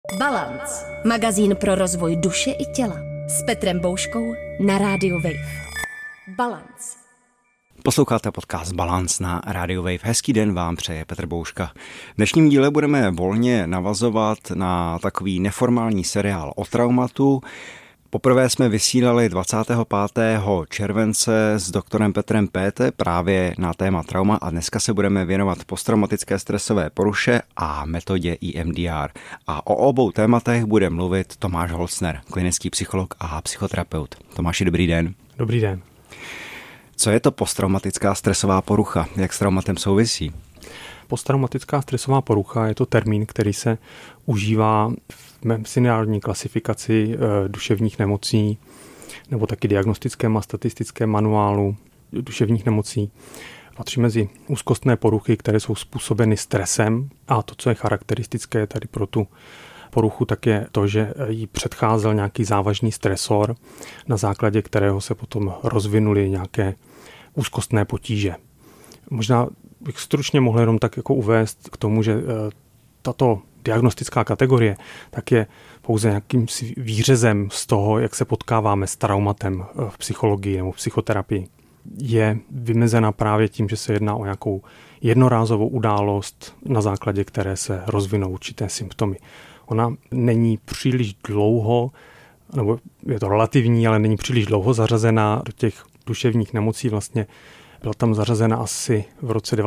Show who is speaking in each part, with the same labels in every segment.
Speaker 1: Balance. Magazín pro rozvoj duše i těla. S Petrem Bouškou na rádiu Wave. Balance.
Speaker 2: Posloucháte podcast Balance na rádiu Wave. Hezký den vám přeje Petr Bouška. V dnešním díle budeme volně navazovat na takový neformální seriál o traumatu. Poprvé jsme vysílali 25. července s doktorem Petrem Péte právě na téma trauma a dneska se budeme věnovat posttraumatické stresové poruše a metodě EMDR. A o obou tématech bude mluvit Tomáš Holcner, klinický psycholog a psychoterapeut. Tomáši, dobrý den.
Speaker 3: Dobrý den.
Speaker 2: Co je to posttraumatická stresová porucha? Jak s traumatem souvisí?
Speaker 3: Posttraumatická stresová porucha je to termín, který se užívá v mezinárodní klasifikaci duševních nemocí nebo taky diagnostickém a statistickém manuálu duševních nemocí. Patří mezi úzkostné poruchy, které jsou způsobeny stresem, a to, co je charakteristické tady pro tu poruchu, tak je to, že jí předcházel nějaký závažný stresor, na základě kterého se potom rozvinuly nějaké úzkostné potíže. Možná bych stručně mohl jenom tak jako uvést k tomu, že tato diagnostická kategorie tak je pouze nějakým výřezem z toho, jak se potkáváme s traumatem v psychologii nebo v psychoterapii. Je vymezena právě tím, že se jedná o nějakou jednorázovou událost, na základě které se rozvinou určité symptomy. Ona není příliš dlouho, nebo je to relativní, ale není příliš dlouho zařazená do těch duševních nemocí. Vlastně byla tam zařazena asi v roce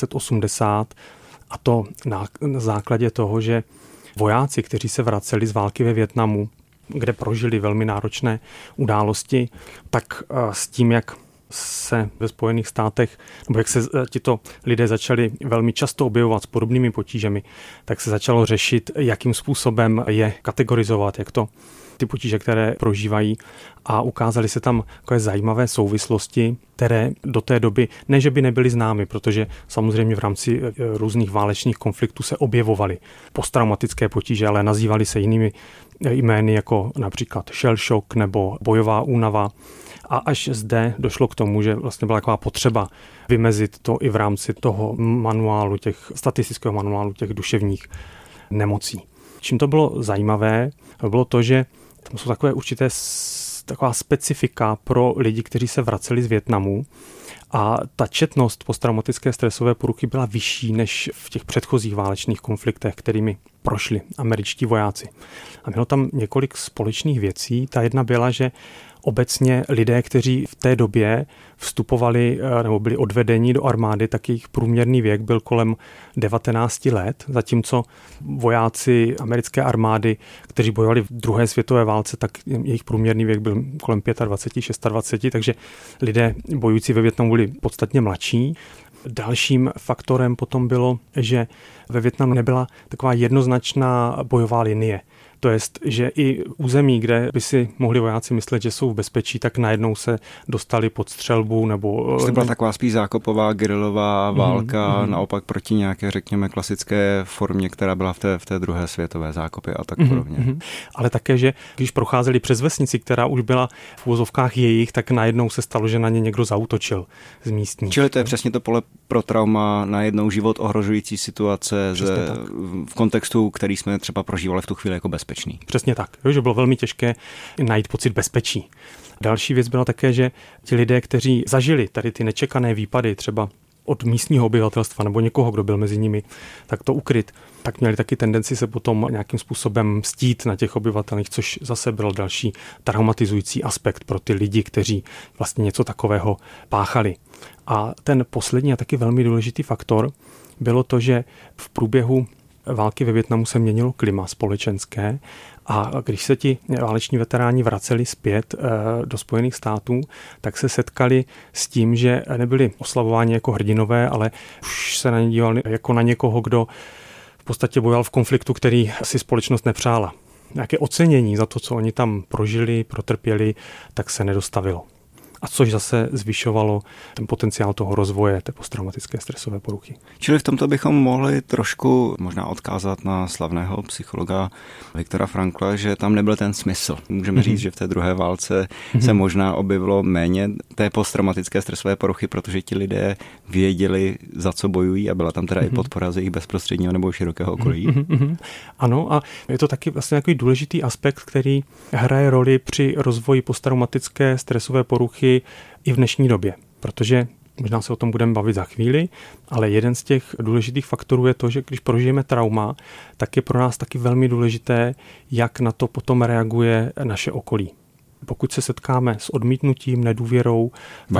Speaker 3: 1980, a to na základě toho, že vojáci, kteří se vraceli z války ve Vietnamu, kde prožili velmi náročné události, tak s tím, jak se ve Spojených státech, nebo jak se tito lidé začali velmi často objevovat s podobnými potížemi, tak se začalo řešit, jakým způsobem je kategorizovat, jak to ty potíže, které prožívají, a ukázaly se tam takové zajímavé souvislosti, které do té doby, ne že by nebyly známy, protože samozřejmě v rámci různých válečných konfliktů se objevovaly posttraumatické potíže, ale nazývaly se jinými jmény, jako například shell shock nebo bojová únava. A až zde došlo k tomu, že vlastně byla taková potřeba vymezit to i v rámci toho manuálu, těch statistického manuálu těch duševních nemocí. Čím to bylo zajímavé, bylo to, že tam jsou taková specifika pro lidi, kteří se vraceli z Vietnamu, a ta četnost posttraumatické stresové poruchy byla vyšší než v těch předchozích válečných konfliktech, kterými prošli američtí vojáci. A mělo tam několik společných věcí. Ta jedna byla, že obecně lidé, kteří v té době vstupovali nebo byli odvedeni do armády, tak jejich průměrný věk byl kolem 19 let, zatímco vojáci americké armády, kteří bojovali v druhé světové válce, tak jejich průměrný věk byl kolem 25, 26, takže lidé bojující ve Vietnamu byli podstatně mladší. Dalším faktorem potom bylo, že ve Vietnamu nebyla taková jednoznačná bojová linie. To jest, že i území, kde by si mohli vojáci myslet, že jsou v bezpečí, tak najednou se dostali pod střelbu nebo...
Speaker 2: To byla taková spíš zákopová guerilová válka, naopak proti nějaké, řekněme, klasické formě, která byla v té druhé světové zákopy a tak podobně.
Speaker 3: Ale také, že když procházeli přes vesnici, která už byla v uvozovkách jejich, tak najednou se stalo, že na ně někdo zaútočil z místních.
Speaker 2: Čili to je přesně to pole pro trauma, najednou život ohrožující situace v kontextu, který jsme třeba prožívali v tu chvíli jako bezpečný.
Speaker 3: Přesně tak, že bylo velmi těžké najít pocit bezpečí. Další věc byla také, že ti lidé, kteří zažili tady ty nečekané výpady, třeba od místního obyvatelstva nebo někoho, kdo byl mezi nimi, tak to ukryt, tak měli taky tendenci se potom nějakým způsobem mstít na těch obyvatelích, což zase byl další traumatizující aspekt pro ty lidi, kteří vlastně něco takového páchali. A ten poslední a taky velmi důležitý faktor bylo to, že v průběhu války ve Vietnamu se měnilo klima společenské, a když se ti váleční veteráni vraceli zpět do Spojených států, tak se setkali s tím, že nebyli oslavováni jako hrdinové, ale už se na ně dívali jako na někoho, kdo v podstatě bojoval v konfliktu, který si společnost nepřála. Nějaké ocenění za to, co oni tam prožili, protrpěli, tak se nedostavilo. a což zase zvyšovalo ten potenciál toho rozvoje té posttraumatické stresové poruchy.
Speaker 2: Čili v tomto bychom mohli trošku možná odkázat na slavného psychologa Viktora Frankla, že tam nebyl ten smysl. Můžeme říct, že v té druhé válce se možná objevilo méně té posttraumatické stresové poruchy, protože ti lidé věděli, za co bojují a byla tam teda i podpora z jejich bezprostředního nebo širokého okolí.
Speaker 3: Ano, a je to taky vlastně takový důležitý aspekt, který hraje roli při rozvoji posttraumatické stresové poruchy i v dnešní době, protože možná se o tom budeme bavit za chvíli, ale jeden z těch důležitých faktorů je to, že když prožijeme trauma, tak je pro nás taky velmi důležité, jak na to potom reaguje naše okolí. Pokud se setkáme s odmítnutím, nedůvěrou,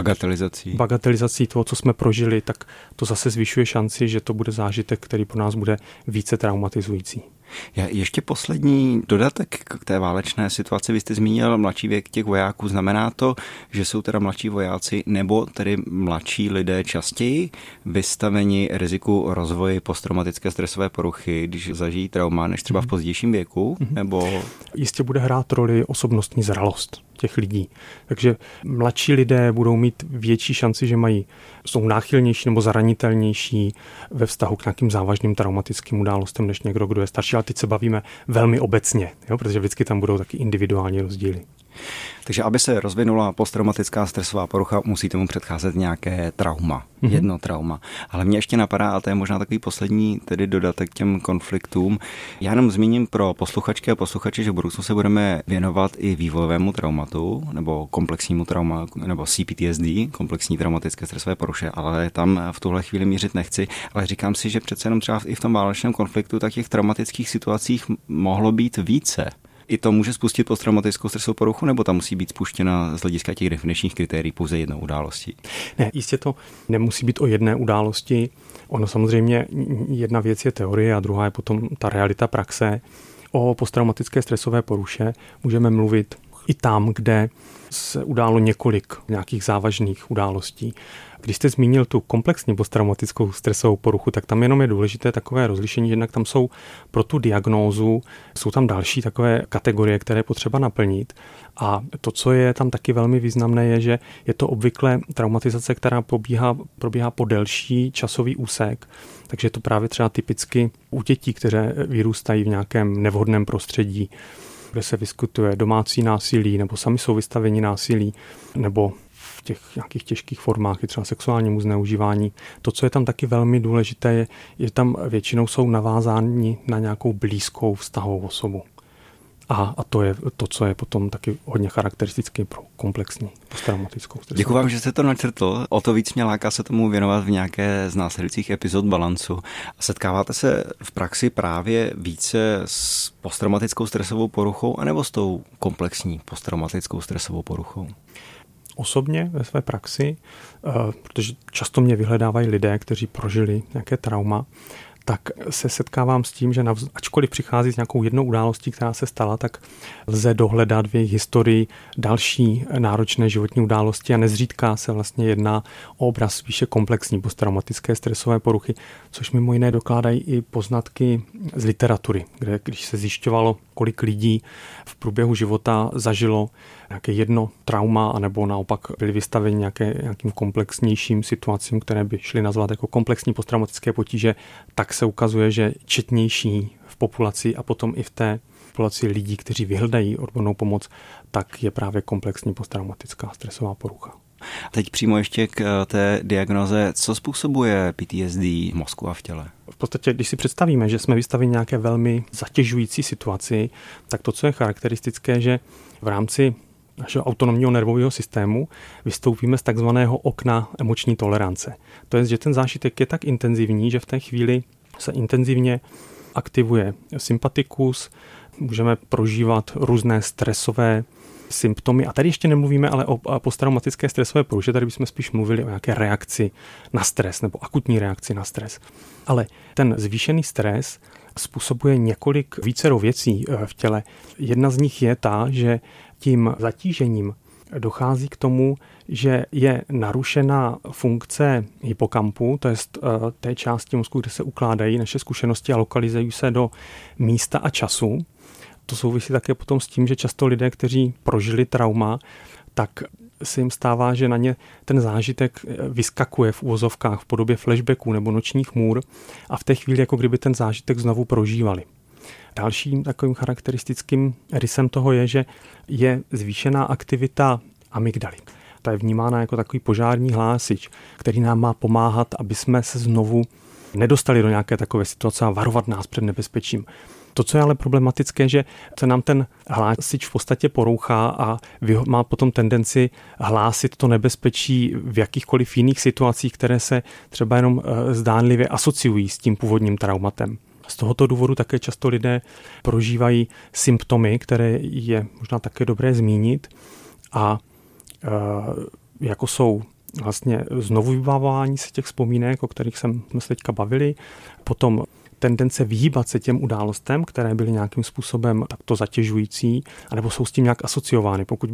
Speaker 3: bagatelizací toho, co jsme prožili, tak to zase zvyšuje šanci, že to bude zážitek, který pro nás bude více traumatizující.
Speaker 2: Ještě poslední dodatek k té válečné situaci. Vy jste zmínil mladší věk těch vojáků. Znamená to, že jsou teda mladší vojáci nebo tedy mladší lidé častěji vystaveni riziku rozvoji posttraumatické stresové poruchy, když zažijí trauma, než třeba v pozdějším věku? Nebo...
Speaker 3: Jistě bude hrát roli osobnostní zralost těch lidí. Takže mladší lidé budou mít větší šanci, že jsou náchylnější nebo zranitelnější ve vztahu k nějakým závažným traumatickým událostem než někdo, kdo je starší. Ale teď se bavíme velmi obecně, protože vždycky tam budou taky individuální rozdíly.
Speaker 2: Takže aby se rozvinula posttraumatická stresová porucha, musí tomu předcházet nějaké trauma, jedno trauma. Ale mě ještě napadá, a to je možná takový poslední tedy dodatek těm konfliktům. Já jenom zmíním pro posluchačky a posluchače, že v budoucnu se budeme věnovat i vývojovému traumatu, nebo komplexnímu trauma, nebo CPTSD, komplexní traumatické stresové poruše, ale tam v tuhle chvíli mířit nechci. Ale říkám si, že přece jenom třeba i v tom válečném konfliktu tak těch traumatických situacích mohlo být více. I to může spustit posttraumatickou stresovou poruchu, nebo tam musí být spuštěna z hlediska těch definičních kritérií pouze jednou událostí?
Speaker 3: Ne, jistě to nemusí být o jedné události. Ono samozřejmě jedna věc je teorie a druhá je potom ta realita praxe. O posttraumatické stresové poruše můžeme mluvit i tam, kde se událo několik nějakých závažných událostí. Když jste zmínil tu komplexní posttraumatickou stresovou poruchu, tak tam jenom je důležité takové rozlišení, jednak tam jsou pro tu diagnózu, jsou tam další takové kategorie, které je potřeba naplnit. A to, co je tam taky velmi významné, je, že je to obvykle traumatizace, která probíhá po delší časový úsek. Takže je to právě třeba typicky u dětí, které vyrůstají v nějakém nevhodném prostředí, kde se vyskytuje domácí násilí, nebo sami jsou vystaveni násilí, nebo v těch nějakých těžkých formách, i třeba sexuálnímu zneužívání. To, co je tam taky velmi důležité, je, že tam většinou jsou navázáni na nějakou blízkou vztahovou osobu. A to je to, co je potom taky hodně charakteristické pro komplexní posttraumatickou stresovou.
Speaker 2: Děkuji vám, že jste to načrtl. O to víc mě láká se tomu věnovat v nějaké z následujících epizod Balancu. Setkáváte se v praxi právě více s posttraumatickou stresovou poruchou anebo s tou komplexní posttraumatickou stresovou poruchou?
Speaker 3: Osobně ve své praxi, protože často mě vyhledávají lidé, kteří prožili nějaké trauma, tak se setkávám s tím, že ačkoliv přichází s nějakou jednou událostí, která se stala, tak lze dohledat v jejich historii další náročné životní události a nezřídka se vlastně jedná o obraz spíše komplexní posttraumatické stresové poruchy, což mimo jiné dokládají i poznatky z literatury, kde když se zjišťovalo, kolik lidí v průběhu života zažilo nějaké jedno trauma, anebo naopak byli vystaveni nějakým komplexnějším situacím, které by šly nazvat jako komplexní posttraumatické potíže, tak se ukazuje, že četnější v populaci a potom i v té populaci lidí, kteří vyhledají odbornou pomoc, tak je právě komplexní posttraumatická stresová porucha.
Speaker 2: Teď přímo ještě k té diagnoze. Co způsobuje PTSD v mozku a v těle?
Speaker 3: V podstatě, když si představíme, že jsme vystaveni nějaké velmi zatěžující situaci, tak to, co je charakteristické, že v rámci našeho autonomního nervového systému vystoupíme z takzvaného okna emoční tolerance. To je, že ten zážitek je tak intenzivní, že v té chvíli se intenzivně aktivuje sympatikus, můžeme prožívat různé stresové symptomy. A tady ještě nemluvíme ale o posttraumatické stresové poruše, tady bychom spíš mluvili o nějaké reakci na stres nebo akutní reakci na stres. Ale ten zvýšený stres způsobuje několik vícero věcí v těle. Jedna z nich je ta, že tím zatížením dochází k tomu, že je narušena funkce hypokampu, to je té části mozku, kde se ukládají naše zkušenosti a lokalizují se do místa a času. To souvisí také potom s tím, že často lidé, kteří prožili trauma, tak se jim stává, že na ně ten zážitek vyskakuje v úvozovkách v podobě flashbacků nebo nočních můr a v té chvíli jako kdyby ten zážitek znovu prožívali. Dalším takovým charakteristickým rysem toho je, že je zvýšená aktivita amygdaly. Ta je vnímána jako takový požární hlásič, který nám má pomáhat, aby jsme se znovu nedostali do nějaké takové situace a varovat nás před nebezpečím. To, co je ale problematické, že se nám ten hlásič v podstatě porouchá a má potom tendenci hlásit to nebezpečí v jakýchkoliv jiných situacích, které se třeba jenom zdánlivě asociují s tím původním traumatem. Z tohoto důvodu také často lidé prožívají symptomy, které je možná také dobré zmínit a jako jsou vlastně znovu vybavování se těch vzpomínek, o kterých jsme se teďka bavili, potom tendence vyhýbat se těm událostem, které byly nějakým způsobem takto zatěžující, anebo jsou s tím nějak asociovány. Pokud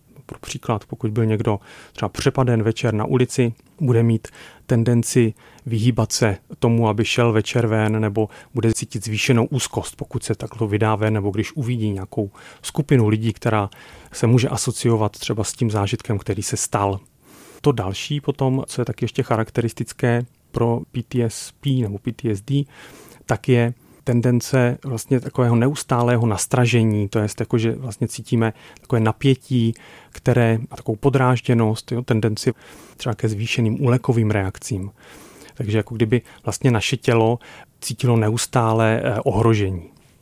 Speaker 3: byl někdo třeba přepaden večer na ulici, bude mít tendenci vyhýbat se tomu, aby šel večer ven, nebo bude cítit zvýšenou úzkost, pokud se takto vydá ven, nebo když uvidí nějakou skupinu lidí, která se může asociovat třeba s tím zážitkem, který se stal. To další potom, co je taky ještě charakteristické pro PTSP nebo PTSD, tak je tendence vlastně takového neustálého nastražení, to je jako, že vlastně cítíme takové napětí, a takovou podrážděnost, tendenci třeba ke zvýšeným úlekovým reakcím. Takže jako kdyby vlastně naše tělo cítilo neustále ohrožení.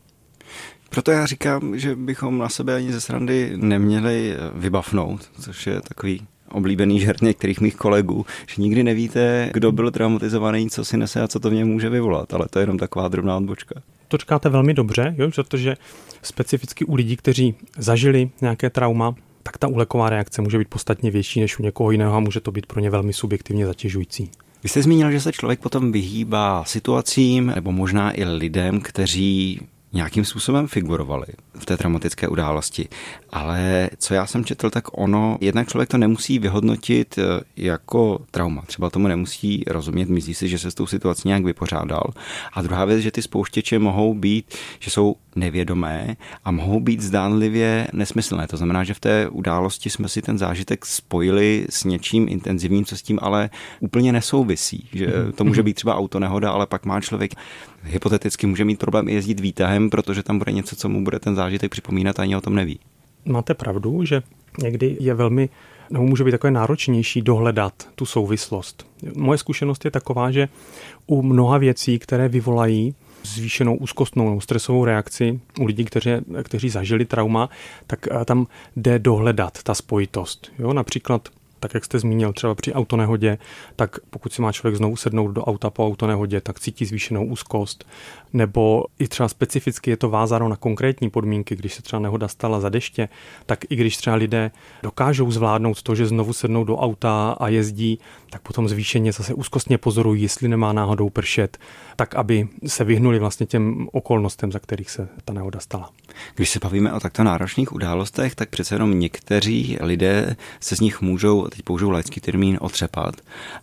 Speaker 2: Proto já říkám, že bychom na sebe ani ze srandy neměli vybafnout, což je takový oblíbený žert některých mých kolegů, že nikdy nevíte, kdo byl traumatizovaný, co si nese a co to v něm může vyvolat, ale to je jenom taková drobná odbočka.
Speaker 3: To říkáte velmi dobře, protože specificky u lidí, kteří zažili nějaké trauma, tak ta úleková reakce může být podstatně větší než u někoho jiného a může to být pro ně velmi subjektivně zatěžující.
Speaker 2: Vy jste zmínil, že se člověk potom vyhýbá situacím nebo možná i lidem, kteří nějakým způsobem figurovali v té traumatické události. Ale co já jsem četl, tak jednak člověk to nemusí vyhodnotit jako trauma. Třeba tomu nemusí rozumět, myslí si, že se s tou situací nějak vypořádal. A druhá věc, že ty spouštěče mohou být, že jsou nevědomé a mohou být zdánlivě nesmyslné. To znamená, že v té události jsme si ten zážitek spojili s něčím intenzivním, co s tím ale úplně nesouvisí. Že to může být třeba autonehoda, ale pak má člověk hypoteticky může mít problém i jezdit výtahem, protože tam bude něco, co mu bude ten zážitek připomínat a ani o tom neví.
Speaker 3: Máte pravdu, že někdy je může být takové náročnější dohledat tu souvislost. Moje zkušenost je taková, že u mnoha věcí, které vyvolají zvýšenou úzkostnou nebo stresovou reakci u lidí, kteří zažili trauma, tak tam jde dohledat ta spojitost. Například tak jak jste zmínil, třeba při autonehodě, tak pokud si má člověk znovu sednout do auta po autonehodě, tak cítí zvýšenou úzkost. Nebo i třeba specificky je to vázáno na konkrétní podmínky, když se třeba nehoda stala za deště, tak i když třeba lidé dokážou zvládnout to, že znovu sednou do auta a jezdí, tak potom zvýšeně zase úzkostně pozorují, jestli nemá náhodou pršet, tak aby se vyhnuli vlastně těm okolnostem, za kterých se ta nehoda stala.
Speaker 2: Když se bavíme o takto náročných událostech, tak přece jenom někteří lidé se z nich můžou, teď použiju laický termín, otřepat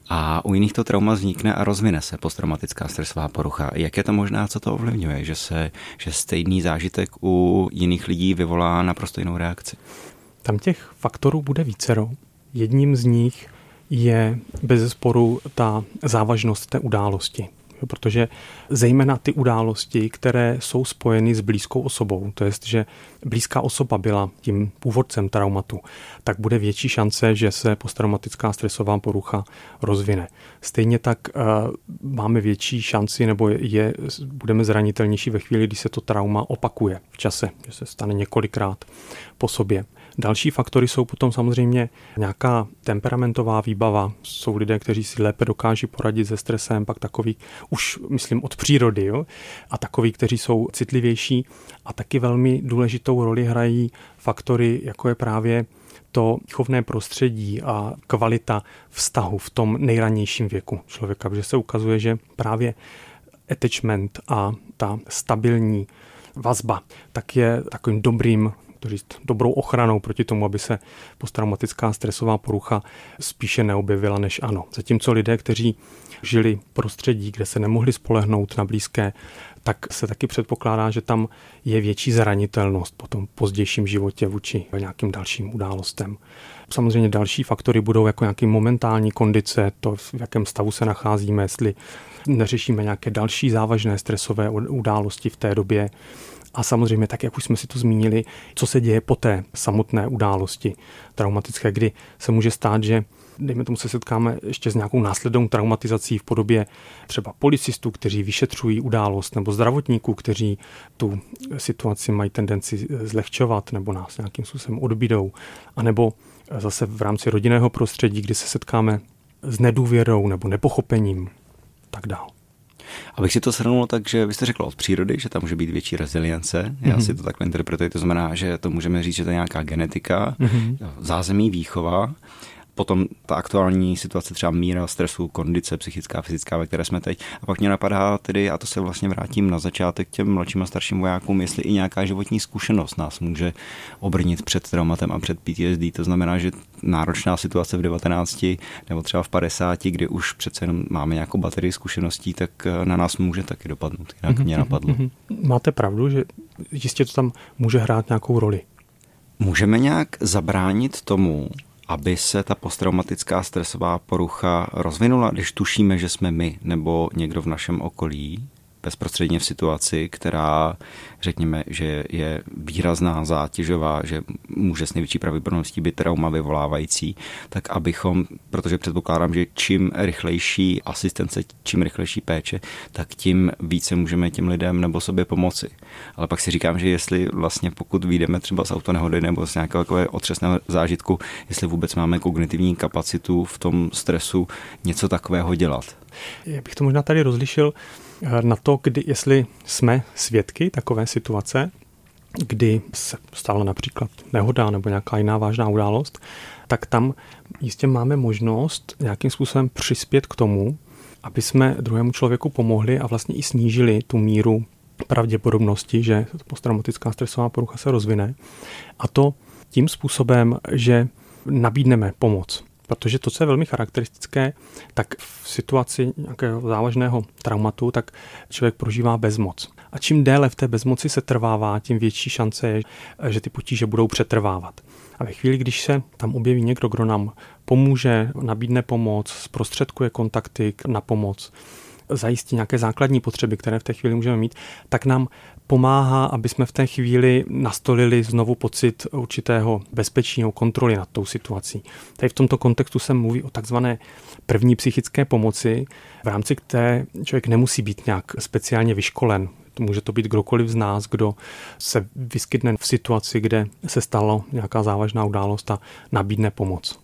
Speaker 2: a u jiných to trauma vznikne a rozvine se posttraumatická stresová porucha. Jak je to možná, co to ovlivňuje, že stejný zážitek u jiných lidí vyvolá naprosto jinou reakci?
Speaker 3: Tam těch faktorů bude vícero. Jedním z nich je bezesporu ta závažnost té události. Protože zejména ty události, které jsou spojeny s blízkou osobou, to jest, že blízká osoba byla tím původcem traumatu, tak bude větší šance, že se posttraumatická stresová porucha rozvine. Stejně tak máme větší šanci, nebo budeme zranitelnější ve chvíli, kdy se to trauma opakuje v čase, že se stane několikrát po sobě. Další faktory jsou potom samozřejmě nějaká temperamentová výbava. Jsou lidé, kteří si lépe dokáží poradit se stresem, pak takový, už myslím od přírody, a takoví, kteří jsou citlivější. A taky velmi důležitou roli hrají faktory, jako je právě to výchovné prostředí a kvalita vztahu v tom nejranějším věku člověka, protože se ukazuje, že právě attachment a ta stabilní vazba tak je takovým dobrým to říct, dobrou ochranou proti tomu, aby se posttraumatická stresová porucha spíše neobjevila než ano. Zatímco lidé, kteří žili v prostředí, kde se nemohli spolehnout na blízké, tak se taky předpokládá, že tam je větší zranitelnost po tom pozdějším životě vůči nějakým dalším událostem. Samozřejmě další faktory budou jako nějaký momentální kondice, to, v jakém stavu se nacházíme, jestli neřešíme nějaké další závažné stresové události v té době. A samozřejmě, tak jak už jsme si to zmínili, co se děje po té samotné události traumatické, kdy se může stát, že dejme tomu se setkáme ještě s nějakou následnou traumatizací v podobě třeba policistů, kteří vyšetřují událost, nebo zdravotníků, kteří tu situaci mají tendenci zlehčovat nebo nás nějakým způsobem odbydou, anebo zase v rámci rodinného prostředí, kdy se setkáme s nedůvěrou nebo nepochopením, tak dál.
Speaker 2: Abych si to shrnul, takže vy jste řekl od přírody, že tam může být větší rezilience. Já si to takhle interpretuji, to znamená, že to můžeme říct, že to je nějaká genetika, zázemí, výchova. Potom ta aktuální situace, třeba míra stresu, kondice, psychická, fyzická, ve které jsme teď. A pak mě napadá tedy, a to se vlastně vrátím na začátek těm mladším a starším vojákům, jestli i nějaká životní zkušenost nás může obrnit před traumatem a před PTSD. To znamená, že náročná situace v 19 nebo třeba v 50, kdy už přece jenom máme nějakou baterii zkušeností, tak na nás může taky dopadnout. Jinak mě napadlo.
Speaker 3: Máte pravdu, že jistě to tam může hrát nějakou roli.
Speaker 2: Můžeme nějak zabránit tomu, aby se ta posttraumatická stresová porucha rozvinula, když tušíme, že jsme my nebo někdo v našem okolí bezprostředně v situaci, která, řekněme, že je výrazná, zátěžová, že může s největší pravděpodobností být trauma vyvolávající, tak abychom, protože předpokládám, že čím rychlejší asistence, čím rychlejší péče, tak tím více můžeme těm lidem nebo sobě pomoci. Ale pak si říkám, že jestli vlastně pokud vyjdeme třeba z autonehody nebo z nějakého takového otřesného zážitku, jestli vůbec máme kognitivní kapacitu v tom stresu něco takového dělat.
Speaker 3: Já bych to možná tady rozlišil na to, jestli jsme svědky takové situace, kdy se stala například nehoda nebo nějaká jiná vážná událost, tak tam jistě máme možnost nějakým způsobem přispět k tomu, aby jsme druhému člověku pomohli a vlastně i snížili tu míru pravděpodobnosti, že posttraumatická stresová porucha se rozvine. A to tím způsobem, že nabídneme pomoc. Protože to, co je velmi charakteristické, tak v situaci nějakého závažného traumatu, tak člověk prožívá bezmoc. A čím déle v té bezmoci se trvává, tím větší šance je, že ty potíže budou přetrvávat. A ve chvíli, když se tam objeví někdo, kdo nám pomůže, nabídne pomoc, zprostředkuje kontakty na pomoc, zajistí nějaké základní potřeby, které v té chvíli můžeme mít, tak nám pomáhá, aby jsme v té chvíli nastolili znovu pocit určitého bezpečí nebo kontroly nad tou situací. Tady v tomto kontextu se mluví o takzvané první psychické pomoci, v rámci které člověk nemusí být nějak speciálně vyškolen. Může to být kdokoliv z nás, kdo se vyskytne v situaci, kde se stalo nějaká závažná událost a nabídne pomoc.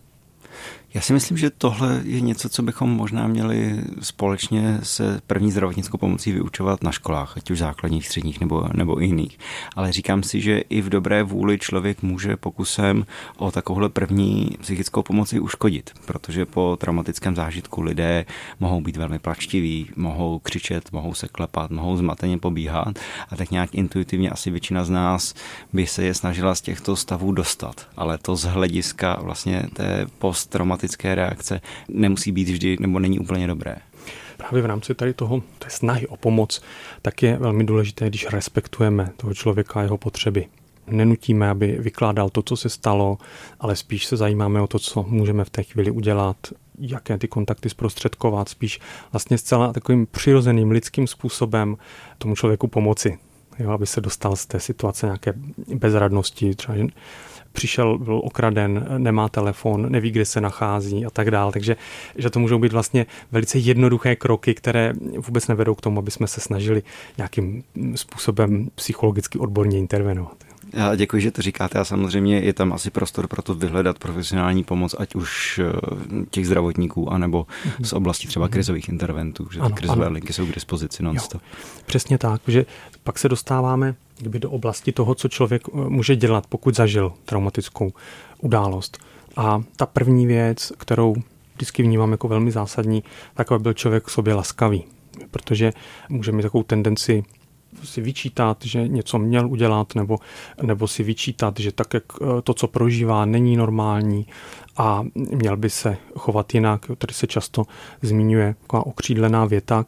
Speaker 2: Já si myslím, že tohle je něco, co bychom možná měli společně se první zdravotnickou pomocí vyučovat na školách, ať už základních, středních nebo jiných. Ale říkám si, že i v dobré vůli člověk může pokusem o takovouhle první psychickou pomoci uškodit, protože po traumatickém zážitku lidé mohou být velmi plačtiví, mohou křičet, mohou se klepat, mohou zmateně pobíhat a tak nějak intuitivně asi většina z nás by se je snažila z těchto stavů dostat. Ale to z hlediska vlastně té posttraumatické reakce nemusí být vždy nebo není úplně dobré.
Speaker 3: Právě v rámci tady té snahy o pomoc, tak je velmi důležité, když respektujeme toho člověka a jeho potřeby. Nenutíme, aby vykládal to, co se stalo, ale spíš se zajímáme o to, co můžeme v té chvíli udělat, jaké ty kontakty zprostředkovat, spíš vlastně zcela takovým přirozeným lidským způsobem tomu člověku pomoci, jo, aby se dostal z té situace nějaké bezradnosti, třeba přišel, byl okraden, nemá telefon, neví, kde se nachází a tak dále. Takže že to můžou být vlastně velice jednoduché kroky, které vůbec nevedou k tomu, aby jsme se snažili nějakým způsobem psychologicky odborně intervenovat.
Speaker 2: Já děkuji, že to říkáte a samozřejmě je tam asi prostor pro to vyhledat profesionální pomoc, ať už těch zdravotníků, anebo z oblasti třeba krizových interventů, že ty krizové linky jsou k dispozici non-stop.
Speaker 3: Přesně tak, že pak se dostáváme do oblasti toho, co člověk může dělat, pokud zažil traumatickou událost. A ta první věc, kterou vždycky vnímám jako velmi zásadní, tak aby byl člověk k sobě laskavý, protože může mít takovou tendenci si vyčítat, že něco měl udělat, nebo si vyčítat, že tak, jak to, co prožívá, není normální a měl by se chovat jinak. Tady se často zmiňuje taková okřídlená věta,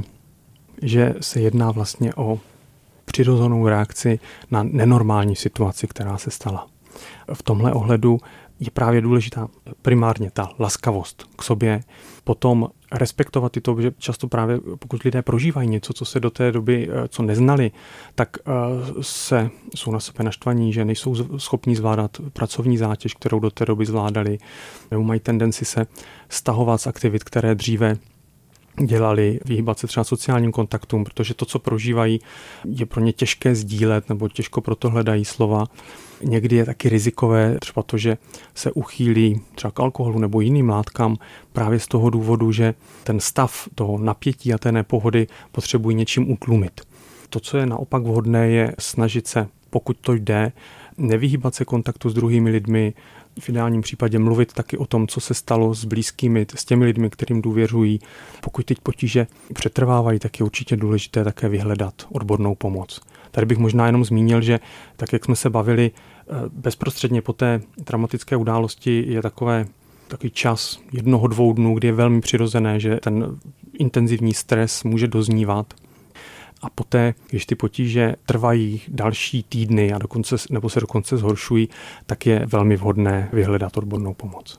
Speaker 3: že se jedná vlastně o přirozenou reakci na nenormální situaci, která se stala. V tomhle ohledu je právě důležitá primárně ta laskavost k sobě, potom respektovat i to, že často právě pokud lidé prožívají něco, co se do té doby, co neznali, tak jsou na sebe naštvaní, že nejsou schopní zvládat pracovní zátěž, kterou do té doby zvládali, nebo mají tendenci se stahovat z aktivit, které dříve dělali, vyhýbat se třeba sociálním kontaktům, protože to, co prožívají, je pro ně těžké sdílet nebo těžko proto hledají slova. Někdy je taky rizikové třeba to, že se uchýlí třeba k alkoholu nebo jiným látkám právě z toho důvodu, že ten stav toho napětí a té nepohody potřebují něčím utlumit. To, co je naopak vhodné, je snažit se, pokud to jde, nevyhýbat se kontaktu s druhými lidmi, v ideálním případě mluvit taky o tom, co se stalo s blízkými, s těmi lidmi, kterým důvěřují. Pokud teď potíže přetrvávají, tak je určitě důležité také vyhledat odbornou pomoc. Tady bych možná jenom zmínil, že tak, jak jsme se bavili, bezprostředně po té traumatické události je takový čas 1-2 dnů, kdy je velmi přirozené, že ten intenzivní stres může doznívat. A poté, když ty potíže trvají další týdny nebo se dokonce zhoršují, tak je velmi vhodné vyhledat odbornou pomoc.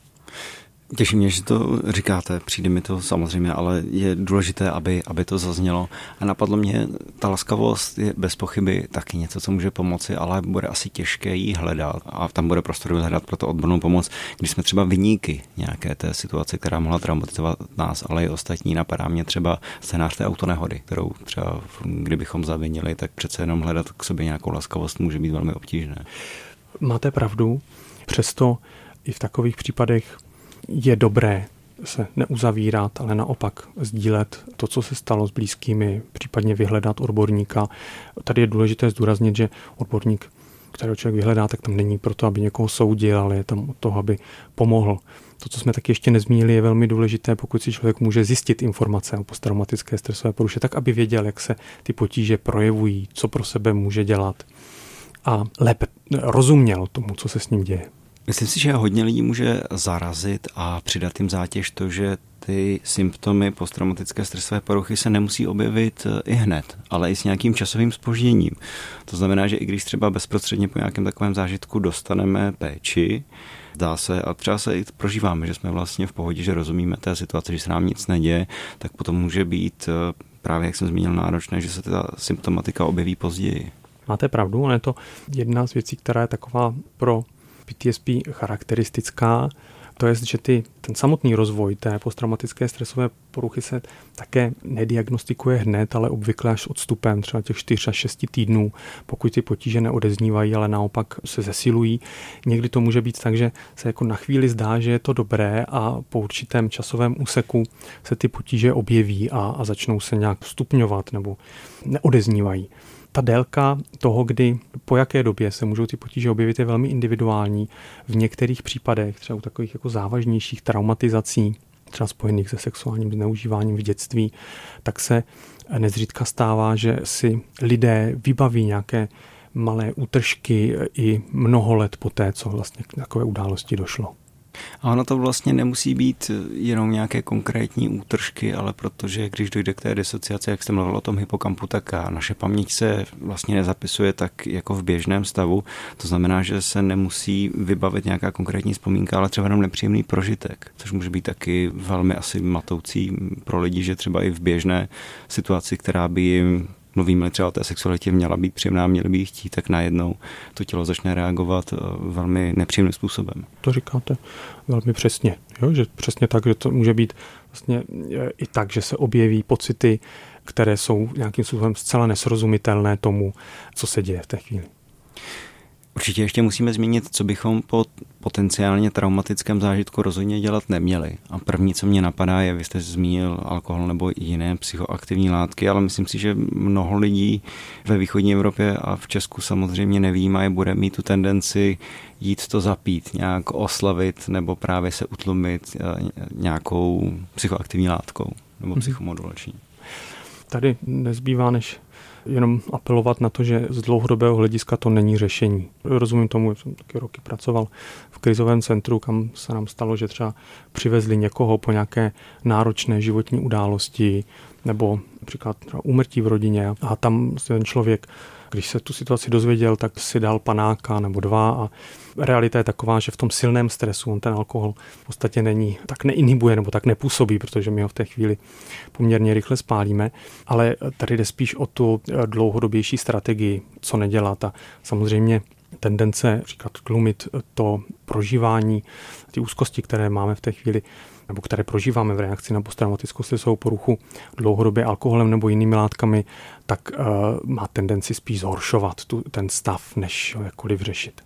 Speaker 2: Těší mě, že to říkáte, přijde mi to samozřejmě, ale je důležité, aby to zaznělo. A napadlo mě, ta laskavost je bez pochyby taky něco, co může pomoci, ale bude asi těžké jí hledat a tam bude prostor hledat pro to odbornou pomoc, když jsme třeba viníky nějaké té situace, která mohla traumatizovat nás, ale i ostatní. Napadá mě třeba scénář té autonehody, kterou třeba kdybychom zavinili, tak přece jenom hledat k sobě nějakou laskavost může být velmi obtížné.
Speaker 3: Máte pravdu, přesto i v takových případech je dobré se neuzavírat, ale naopak sdílet to, co se stalo s blízkými, případně vyhledat odborníka. Tady je důležité zdůraznit, že odborník, kterého člověk vyhledá, tak tam není proto, aby někoho soudil, ale je tam od toho, aby pomohl. To, co jsme taky ještě nezmínili, je velmi důležité, pokud si člověk může zjistit informace o posttraumatické stresové poruše, tak aby věděl, jak se ty potíže projevují, co pro sebe může dělat a lépe rozuměl tomu, co se s ním děje.
Speaker 2: Myslím si, že hodně lidí může zarazit a přidat jim zátěž to, že ty symptomy posttraumatické stresové poruchy se nemusí objevit i hned, ale i s nějakým časovým zpožděním. To znamená, že i když třeba bezprostředně po nějakém takovém zážitku dostaneme péči, zdá se a třeba se i prožíváme, že jsme vlastně v pohodě, že rozumíme té situaci, že se nám nic neděje, tak potom může být právě, jak jsem zmínil, náročné, že se ta symptomatika objeví později.
Speaker 3: Máte pravdu, ale je to jedna z věcí, která je taková pro PTSD charakteristická, to je, že ten samotný rozvoj té posttraumatické stresové poruchy se také nediagnostikuje hned, ale obvykle až odstupem třeba těch 4 až 6 týdnů, pokud ty potíže neodeznívají, ale naopak se zesilují. Někdy to může být tak, že se jako na chvíli zdá, že je to dobré a po určitém časovém úseku se ty potíže objeví a začnou se nějak stupňovat nebo neodeznívají. Ta délka toho, kdy po jaké době se můžou ty potíže objevit, je velmi individuální. V některých případech, třeba u takových jako závažnějších traumatizací, třeba spojených se sexuálním zneužíváním v dětství, tak se nezřídka stává, že si lidé vybaví nějaké malé útržky i mnoho let poté, co vlastně k takové události došlo.
Speaker 2: A ono to vlastně nemusí být jenom nějaké konkrétní útržky, ale protože když dojde k té disociaci, jak jste mluvil o tom hypokampu, tak naše paměť se vlastně nezapisuje tak jako v běžném stavu. To znamená, že se nemusí vybavit nějaká konkrétní vzpomínka, ale třeba jenom nepříjemný prožitek, což může být taky velmi asi matoucí pro lidi, že třeba i v běžné situaci, která by jim, mluvíme třeba o té sexualitě, měla být příjemná, měli by ji chtít, tak najednou to tělo začne reagovat velmi nepříjemným způsobem.
Speaker 3: To říkáte velmi přesně, jo? Že přesně tak, že to může být vlastně i tak, že se objeví pocity, které jsou nějakým způsobem zcela nesrozumitelné tomu, co se děje v té chvíli.
Speaker 2: Určitě ještě musíme zmínit, co bychom po potenciálně traumatickém zážitku rozhodně dělat neměli. A první, co mě napadá, je, vy jste zmínil alkohol nebo jiné psychoaktivní látky, ale myslím si, že mnoho lidí ve východní Evropě a v Česku samozřejmě nevyjímají, bude mít tu tendenci jít to zapít, nějak oslavit nebo právě se utlumit nějakou psychoaktivní látkou nebo psychomodulační.
Speaker 3: Tady nezbývá, než jenom apelovat na to, že z dlouhodobého hlediska to není řešení. Rozumím tomu, že jsem taky roky pracoval v krizovém centru, kam se nám stalo, že třeba přivezli někoho po nějaké náročné životní události nebo například úmrtí v rodině a tam ten člověk, když se tu situaci dozvěděl, tak si dal panáka nebo 2 a realita je taková, že v tom silném stresu on ten alkohol v podstatě není, tak neinhibuje nebo tak nepůsobí, protože my ho v té chvíli poměrně rychle spálíme, ale tady jde spíš o tu dlouhodobější strategii, co nedělat a samozřejmě tendence říkat tlumit to prožívání, ty úzkosti, které máme v té chvíli, nebo které prožíváme v reakci na posttraumatickou stresovou poruchu dlouhodobě alkoholem nebo jinými látkami, tak má tendenci spíš zhoršovat ten stav, než ho jakkoliv řešit.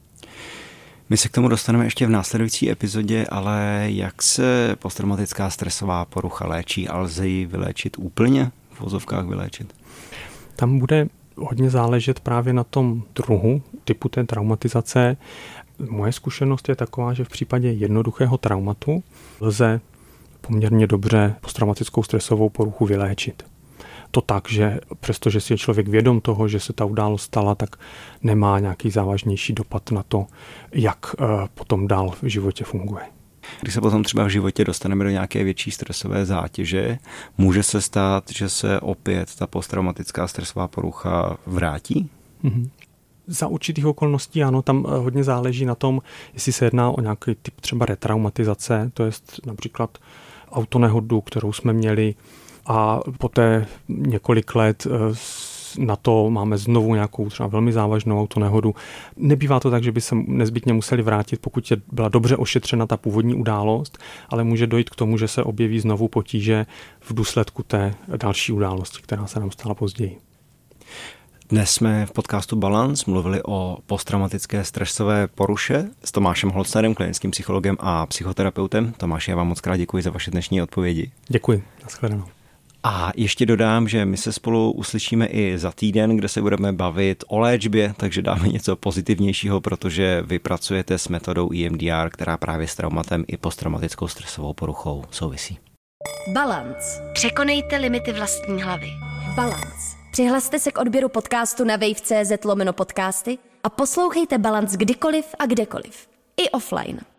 Speaker 2: My se k tomu dostaneme ještě v následující epizodě, ale jak se posttraumatická stresová porucha léčí a lze ji vyléčit úplně, v vozovkách vyléčit?
Speaker 3: Tam bude hodně záležet právě na tom druhu, typu té traumatizace. Moje zkušenost je taková, že v případě jednoduchého traumatu lze poměrně dobře posttraumatickou stresovou poruchu vyléčit. To tak, že přestože si je člověk vědom toho, že se ta událost stala, tak nemá nějaký závažnější dopad na to, jak potom dál v životě funguje.
Speaker 2: Když se potom třeba v životě dostaneme do nějaké větší stresové zátěže, může se stát, že se opět ta posttraumatická stresová porucha vrátí?
Speaker 3: Mm-hmm. Za určitých okolností ano, tam hodně záleží na tom, jestli se jedná o nějaký typ třeba retraumatizace, to je například autonehodu, kterou jsme měli a poté několik let na to máme znovu nějakou třeba velmi závažnou autonehodu. Nebývá to tak, že by se nezbytně museli vrátit, pokud byla dobře ošetřena ta původní událost, ale může dojít k tomu, že se objeví znovu potíže v důsledku té další události, která se nám stala později.
Speaker 2: Dnes jsme v podcastu Balance mluvili o posttraumatické stresové poruše s Tomášem Holcnerem, klinickým psychologem a psychoterapeutem. Tomáši, já vám moc krát děkuji za vaše dnešní odpovědi.
Speaker 3: Děkuji, nashledanou.
Speaker 2: A ještě dodám, že my se spolu uslyšíme i za týden, kde se budeme bavit o léčbě, takže dáme něco pozitivnějšího, protože vy pracujete s metodou EMDR, která právě s traumatem i posttraumatickou stresovou poruchou souvisí.
Speaker 1: Balance. Překonejte limity vlastní hlavy. Balance. Přihlaste se k odběru podcastu na wave.cz/podcasty a poslouchejte Balance kdykoliv a kdekoliv. I offline.